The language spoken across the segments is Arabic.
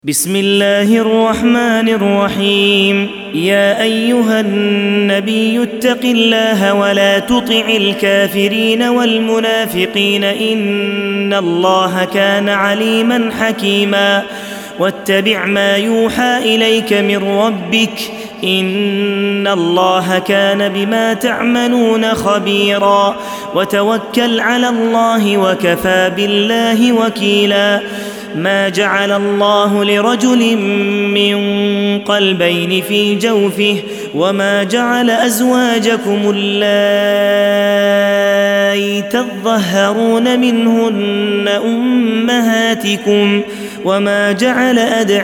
بسم الله الرحمن الرحيم. يا أيها النبي اتق الله ولا تطع الكافرين والمنافقين إن الله كان عليما حكيما. واتبع ما يوحى إليك من ربك إن الله كان بما تعملون خبيرا. وتوكل على الله وكفى بالله وكيلا. ما جعل الله لرجل من قلبين في جوفه وما جعل أزواجكم اللائي تظهرون منهن أمهاتكم وما جعل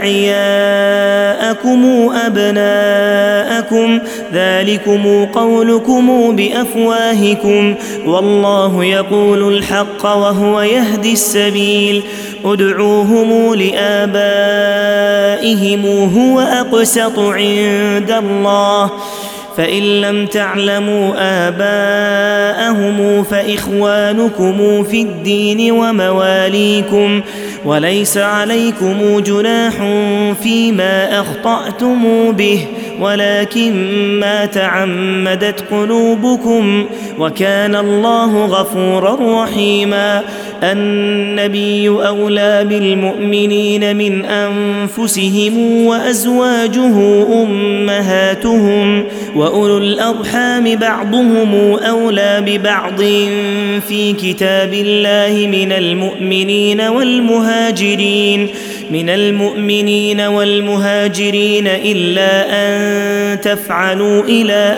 أدعياءكم أبناءكم ذلكم قولكم بأفواهكم والله يقول الحق وهو يهدي السبيل. ادعوهم لآبائهم هو أقسط عند الله فإن لم تعلموا آباءهم فإخوانكم في الدين ومواليكم وليس عليكم جناح فيما أخطأتم به ولكن ما تعمدت قلوبكم وكان الله غفورا رحيما. النبي أولى بالمؤمنين من أنفسهم وأزواجه أمهاتهم وأولو الأرحام بعضهم أولى ببعض في كتاب الله من المؤمنين والمهاجرين إلا أن تفعلوا إلى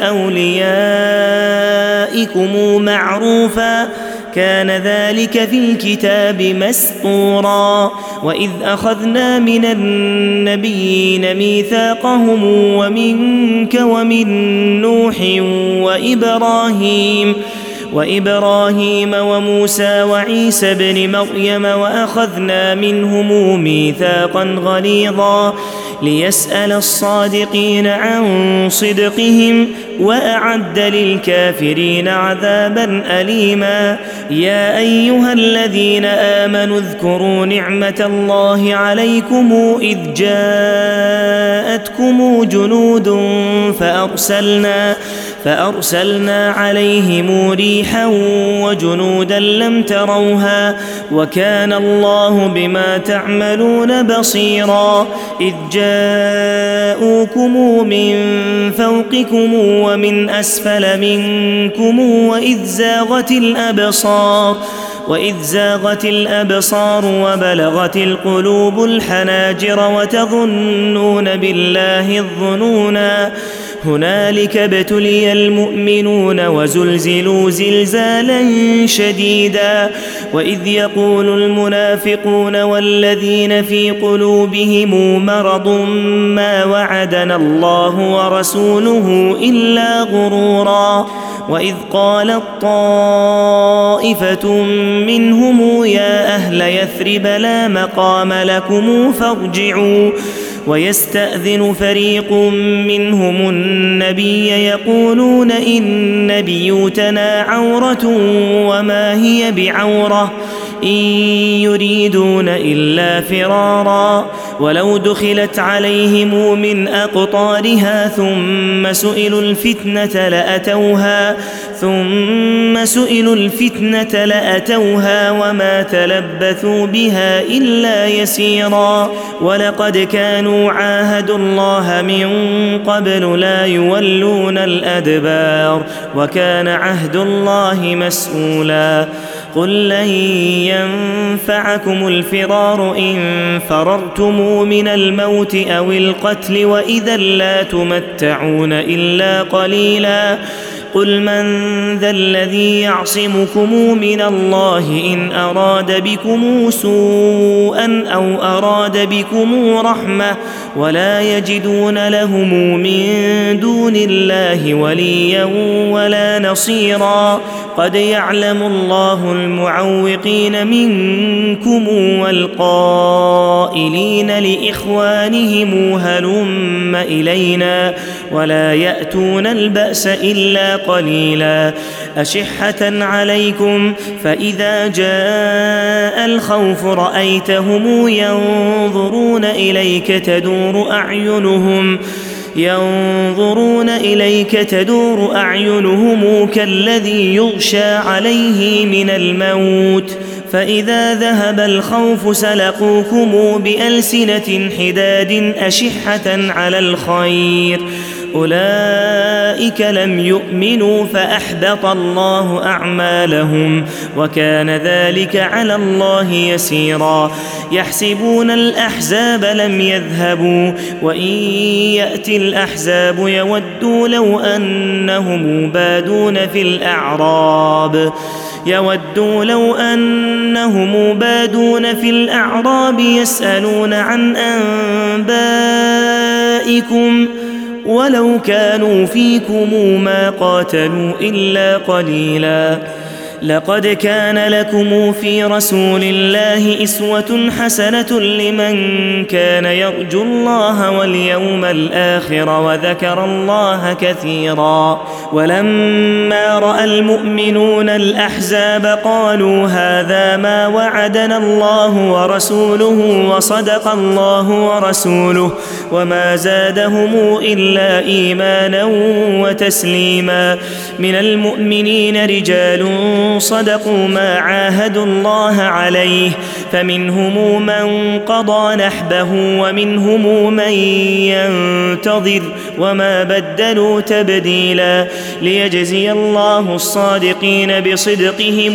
أوليائكم معروفا كان ذلك في الكتاب مسطورا. وإذ أخذنا من النبيين ميثاقهم ومنك ومن نوح وإبراهيم وموسى وعيسى بن مريم وأخذنا منهم ميثاقا غليظا ليسأل الصادقين عن صدقهم وأعد للكافرين عذابا أليما. يا أيها الذين آمنوا اذكروا نعمة الله عليكم إذ جاءتكم جنود فأرسلنا عليهم ريحا وجنودا لم تروها وكان الله بما تعملون بصيرا. إذ جاءوكم من فوقكم ومن أسفل منكم وإذ زاغت الأبصار وبلغت القلوب الحناجر وتظنون بالله الظنونا. هنالك ابتلي المؤمنون وزلزلوا زلزالا شديدا. وإذ يقول المنافقون والذين في قلوبهم مرض ما وعدنا الله ورسوله إلا غرورا. وإذ قالت طائفة منهم يا أهل يثرب لا مقام لكم فارجعوا ويستأذن فريق منهم النبي يقولون إن بيوتنا عورة وما هي بعورة إن يريدون إلا فرارا. ولو دخلت عليهم من أقطارها ثم سئلوا الفتنة لأتوها وما تلبثوا بها إلا يسيرا. ولقد كانوا عاهدوا الله من قبل لا يولون الأدبار وكان عهد الله مسؤولا. قل لن ينفعكم الفرار إن فررتم من الموت أو القتل وإذا لا تمتعون إلا قليلا. قل من ذا الذي يعصمكم من الله إن أراد بكم سوءا أو أراد بكم رحمة ولا يجدون لهم من دون الله وليا ولا نصيرا. قد يعلم الله المعوقين منكم والقائلين لإخوانهم هلم إلينا ولا يأتون البأس إلا قليلا أشحة عليكم فإذا جاء الخوف رأيتهم ينظرون إليك تدور أعينهم كالذي يغشى عليه من الموت فإذا ذهب الخوف سلقوكم بألسنة حداد أشحة على الخير أولئك لم يؤمنوا فأحبط الله أعمالهم وكان ذلك على الله يسيرا يحسبون الأحزاب لم يذهبوا وإن يأتي الأحزاب يودوا لو أنهم بادون في الأعراب يسألون عن أنبائكم ولو كانوا فيكم ما قاتلوا إلا قليلا لقد كان لكم في رسول الله أسوة حسنة لمن كان يرجو الله واليوم الآخر وذكر الله كثيرا ولما رأى المؤمنون الأحزاب قالوا هذا ما وعدنا الله ورسوله وصدق الله ورسوله وما زادهم إلا إيمانا وتسليما من المؤمنين رجال صدقوا ما عاهدوا الله عليه فمنهم من قضى نحبه ومنهم من ينتظر وما بدلوا تبديلا ليجزي الله الصادقين بصدقهم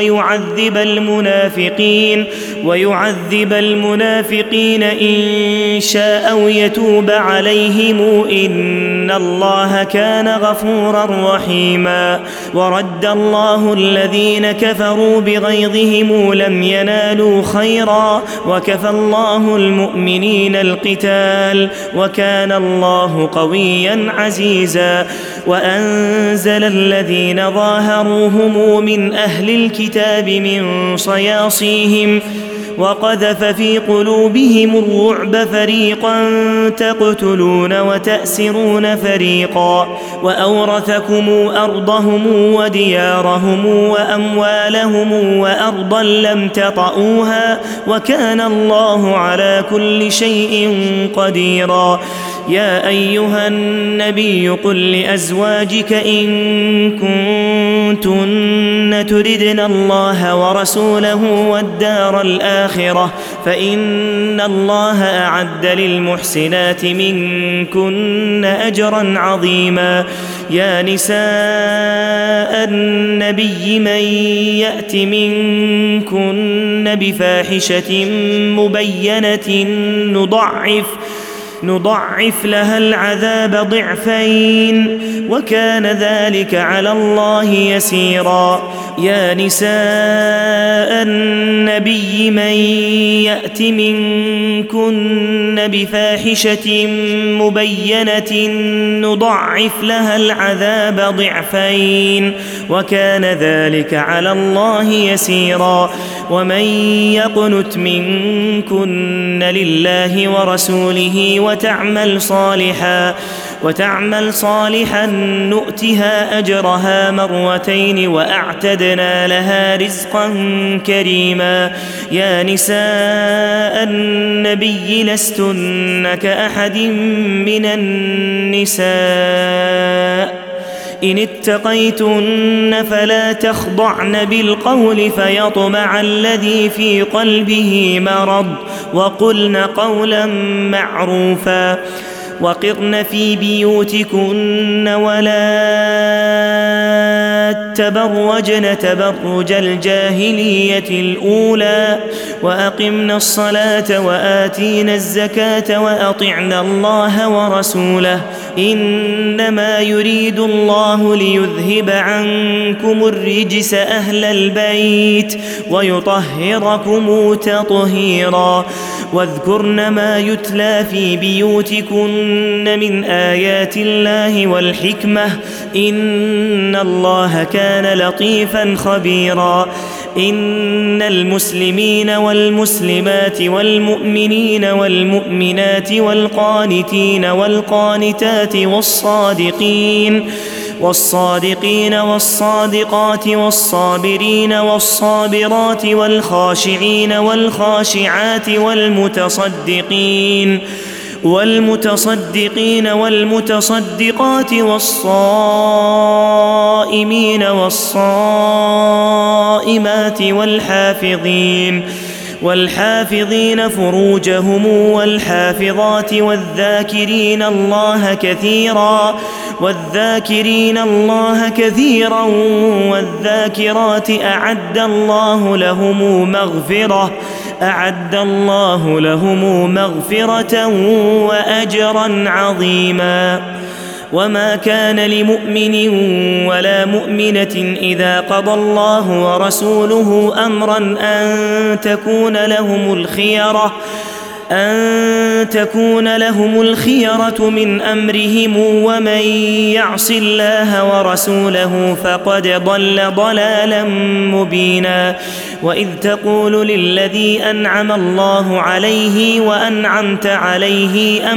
ويعذب المنافقين إن شاء أو يتوب عليهم إن الله كان غفورا رحيما ورد الله الذين كفروا بغيظهم لم ينالوا خيرا وكفى الله المؤمنين القتال وكان الله قويا عزيزا وأنزل الذين ظاهروهم من أهل الكتاب من صياصيهم وقذف في قلوبهم الرعب فريقا تقتلون وتأسرون فريقا وأورثكم أرضهم وديارهم وأموالهم وأرضا لم تطئوها وكان الله على كل شيء قديرا يا أيها النبي قل لأزواجك إن كنتن تردن الله ورسوله والدار الآخرة فإن الله أعد للمحسنات منكن أجرا عظيما يا نساء النبي من يأت منكن بفاحشة مبينة نضعف لها العذاب ضعفين وكان ذلك على الله يسيرا يا نساء النبي من يأت منكن بفاحشة مبينة نضعف لها العذاب ضعفين وكان ذلك على الله يسيرا ومن يقنت منكن لله ورسوله وتعمل صالحا نؤتها أجرها مرتين وأعتدنا لها رزقا كريما يا نساء النبي لستن كأحد من النساء إن اتقيتن فلا تخضعن بالقول فيطمع الذي في قلبه مرض وقلن قولا معروفا وقرن في بيوتكن ولا تبرجن تبرج الجاهلية الأولى وأقمنا الصلاة وآتينا الزكاة وأطعنا الله ورسوله إنما يريد الله ليذهب عنكم الرجس أهل البيت ويطهركم تطهيرا واذكرن ما يتلى في بيوتكن من آيات الله والحكمة إن الله كان لطيفا خبيرا إن المسلمين والمسلمات والمؤمنين والمؤمنات والقانتين والقانتات والصادقين والصادقات والصابرين والصابرات والخاشعين والخاشعات والمتصدقين والمتصدقات والصائمين والصائمات والحافظين فروجهم والحافظات والذاكرين الله كثيرا والذاكرات أعد الله لهم مغفرة وأجرا عظيما وما كان لمؤمن ولا مؤمنة إذا قضى الله ورسوله أمرا أن تكون لهم الخيرة من أمرهم ومن يعص الله ورسوله فقد ضل ضلالا مبينا وإذ تقول للذي أنعم الله عليه وأنعمت عليه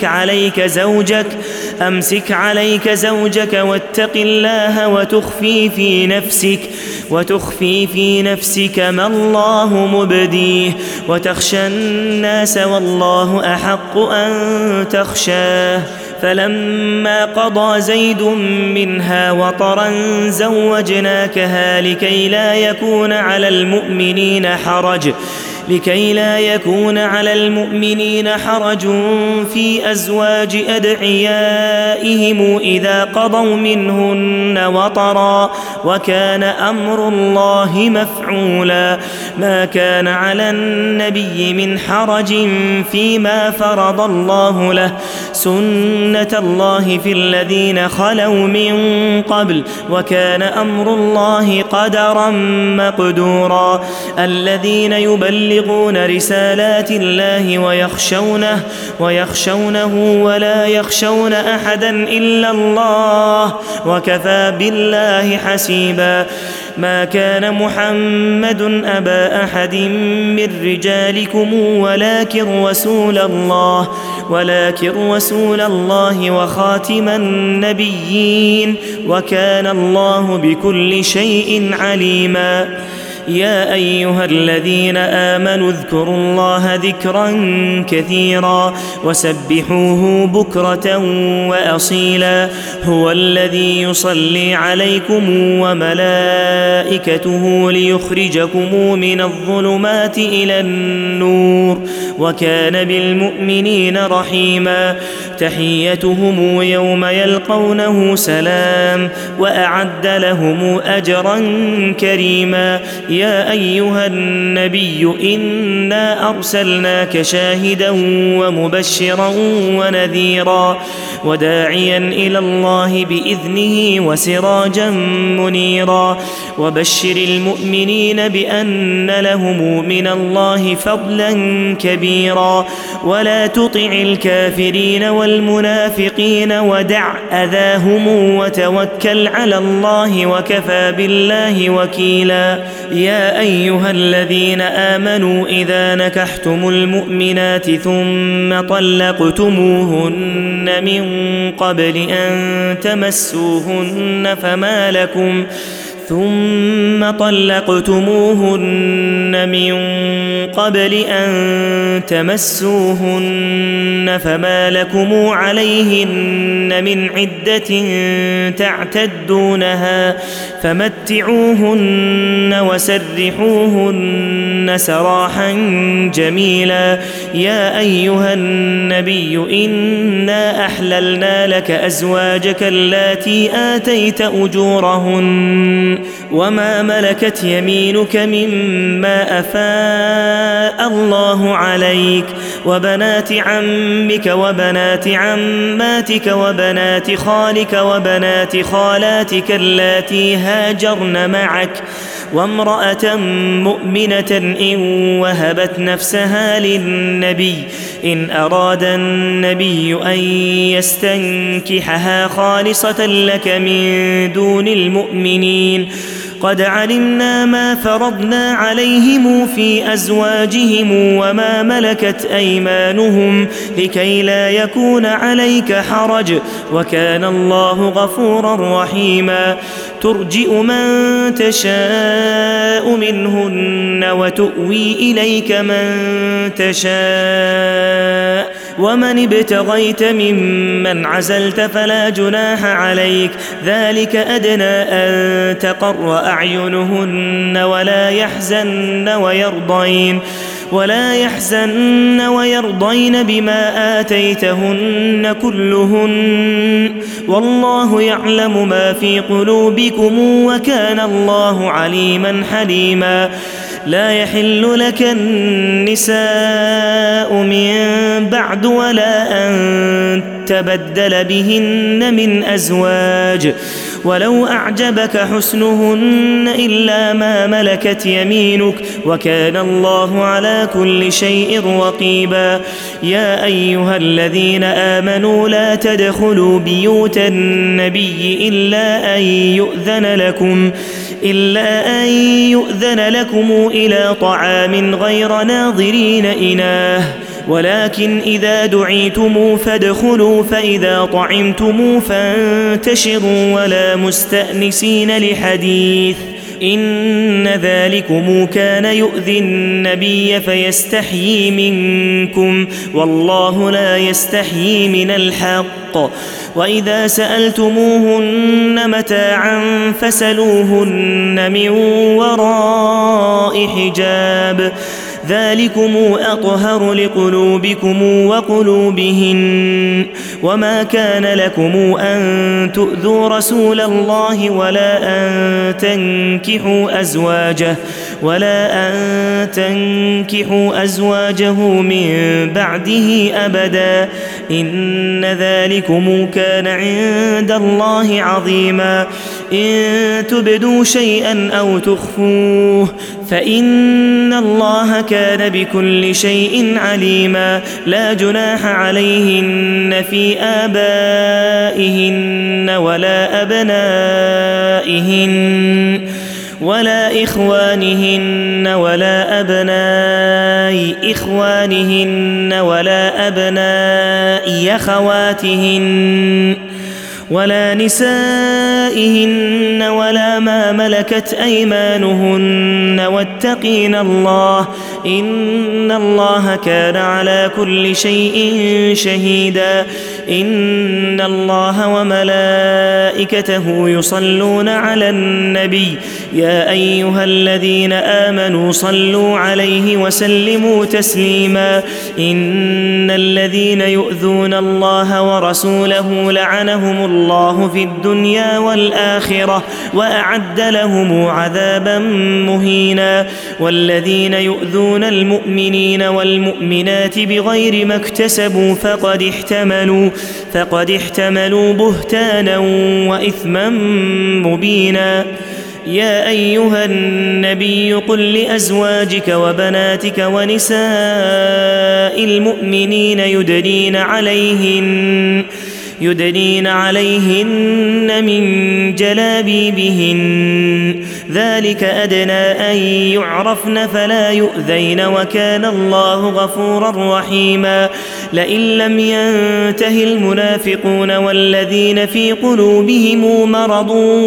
أمسك عليك زوجك واتق الله وتخفي في نفسك ما الله مبديه وتخشى الناس والله أحق أن تخشاه فلما قضى زيد منها وطرا زوجناكها لكي لا يكون على المؤمنين حرج في أزواج أدعيائهم إذا قضوا منهن وطرا وكان أمر الله مفعولا ما كان على النبي من حرج فيما فرض الله له سنة الله في الذين خلوا من قبل وكان أمر الله قدرا مقدورا الذين يبلغون رسالات الله ويخشونه ولا يخشون أحدا إلا الله وكفى بالله حسيبا ما كان محمد أبا أحد من رجالكم ولكن رسول الله وخاتم النبيين وكان الله بكل شيء عليما يا أيها الذين آمنوا اذكروا الله ذكرا كثيرا وسبحوه بكرة وأصيلا هو الذي يصلي عليكم وملائكته ليخرجكم من الظلمات إلى النور وكان بالمؤمنين رحيما تحيتهم يوم يلقونه سلام وأعد لهم أجرا كريما يا أيها النبي إنا أرسلناك شاهدا ومبشرا ونذيرا وداعيا إلى الله بإذنه وسراجا منيرا وبشر المؤمنين بأن لهم من الله فضلا كبيرا ولا تطع الكافرين والمنافقين ودع أذاهم وتوكل على الله وكفى بالله وكيلا يا أيها الذين آمنوا إذا نكحتم المؤمنات ثم طلقتموهن من قبل أن تمسوهن فما لكم عليهن من عدة تعتدونها فمتعوهن وسرحوهن سراحا جميلا يا أيها النبي إنا أحللنا لك أزواجك اللاتي آتيت أجورهن وما ملكت يمينك مما أفاء الله عليك وبنات عمك وبنات عماتك وبنات خالك وبنات خالاتك اللاتي هاجرن معك وامرأة مؤمنة إن وهبت نفسها للنبي إن أراد النبي أن يستنكحها خالصة لك من دون المؤمنين قد علمنا ما فرضنا عليهم في أزواجهم وما ملكت أيمانهم لكي لا يكون عليك حرج وكان الله غفورا رحيما ترجئ من تشاء منهن وتؤوي إليك من تشاء ومن ابتغيت ممن عزلت فلا جناح عليك ذلك أدنى أن تقر أعينهن ولا يحزن ويرضين بما آتيتهن كلهن والله يعلم ما في قلوبكم وكان الله عليما حليما لا يحل لك النساء من بعد ولا أن تبدل بهن من أزواج ولو أعجبك حسنهن إلا ما ملكت يمينك وكان الله على كل شيء رقيبا يا أيها الذين آمنوا لا تدخلوا بيوت النبي إلا أن يؤذن لكم إلى طعام غير ناظرين إناه ولكن إذا دعيتم فادخلوا فإذا طعمتم فانتشروا ولا مستأنسين لحديث إن ذلكم كان يؤذي النبي فيستحيي منكم والله لا يستحيي من الحق وإذا سألتموهن متاعا فسلوهن من وراء حجاب ذلكم أطهر لقلوبكم وقلوبهن وما كان لكم أن تؤذوا رسول الله ولا أن تنكحوا أزواجه من بعده أبدا إن ذلكم كان عند الله عظيما إن تبدوا شيئا أو تخفوه فإن الله كان بكل شيء عليما لا جناح عليهن في آبائهن ولا أبنائهن ولا إخوانهن ولا أبناء إخوانهن ولا أبناء أخواتهن ولا نسائهن ولا ما ملكت أيمانهن واتقين الله إن الله كان على كل شيء شهيدا إن الله وملائكته يصلون على النبي يا أيها الذين آمنوا صلوا عليه وسلموا تسليما إن الذين يؤذون الله ورسوله لعنهم الله في الدنيا والآخرة وأعد لهم عذابا مهينا والذين يؤذون المؤمنين والمؤمنات بغير ما اكتسبوا فقد احتملوا بهتانا وإثما مبينا يا أيها النبي قل لأزواجك وبناتك ونساء المؤمنين يدنين عليهن من جلابيبهن ذلك أدنى أن يعرفن فلا يؤذين وكان الله غفورا رحيما لئن لم ينته المنافقون والذين في قلوبهم مرض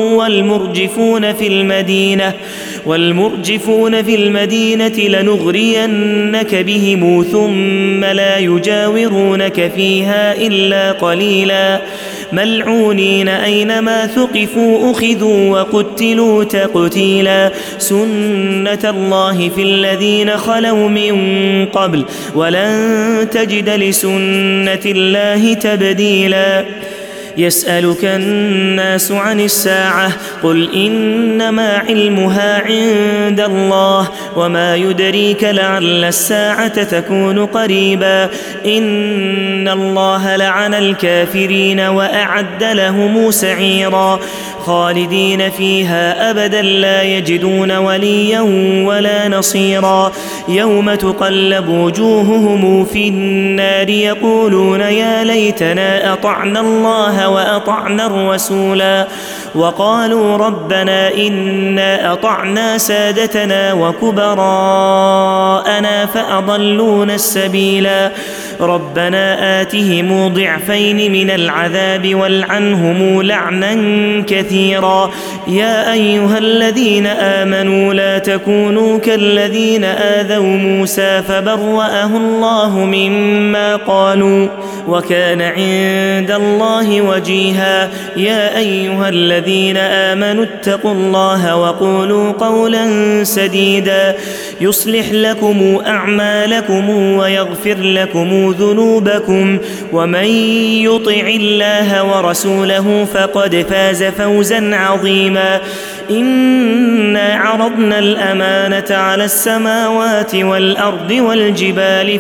والمرجفون في المدينة لنغرينك بهم ثم لا يجاورونك فيها إلا قليلا ملعونين أينما ثقفوا أخذوا وقتلوا تقتيلا سنة الله في الذين خلوا من قبل ولن تجد لسنة الله تبديلا يسألك الناس عن الساعة قل إنما علمها عند الله وما يدريك لعل الساعة تكون قريبا إن إن الله لعن الكافرين وأعد لهم سعيرا خالدين فيها أبدا لا يجدون وليا ولا نصيرا يوم تقلب وجوههم في النار يقولون يا ليتنا أطعنا الله وأطعنا الرسولا وقالوا ربنا إنا أطعنا سادتنا وكبراءنا فأضلونا السبيلا ربنا آتهم ضعفين من العذاب والعنهم لعنا كثيرا يا أيها الذين آمنوا لا تكونوا كالذين آذوا موسى فبرأه الله مما قالوا وكان عند الله وجيها يا أيها الذين آمنوا اتقوا الله وقولوا قولا سديدا يصلح لكم أعمالكم ويغفر لكم ذنوبكم ومن يطع الله ورسوله فقد فاز فوزا عظيما إنا عرضنا الأمانة على السماوات والأرض والجبال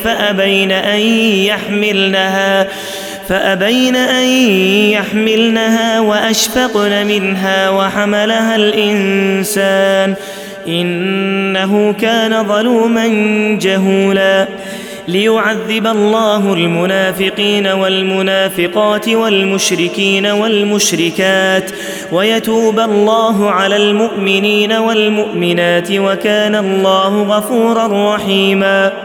فأبين أن يحملنها وأشفقن منها وحملها الإنسان إنه كان ظلوما جهولا ليعذب الله المنافقين والمنافقات والمشركين والمشركات ويتوب الله على المؤمنين والمؤمنات وكان الله غفورا رحيما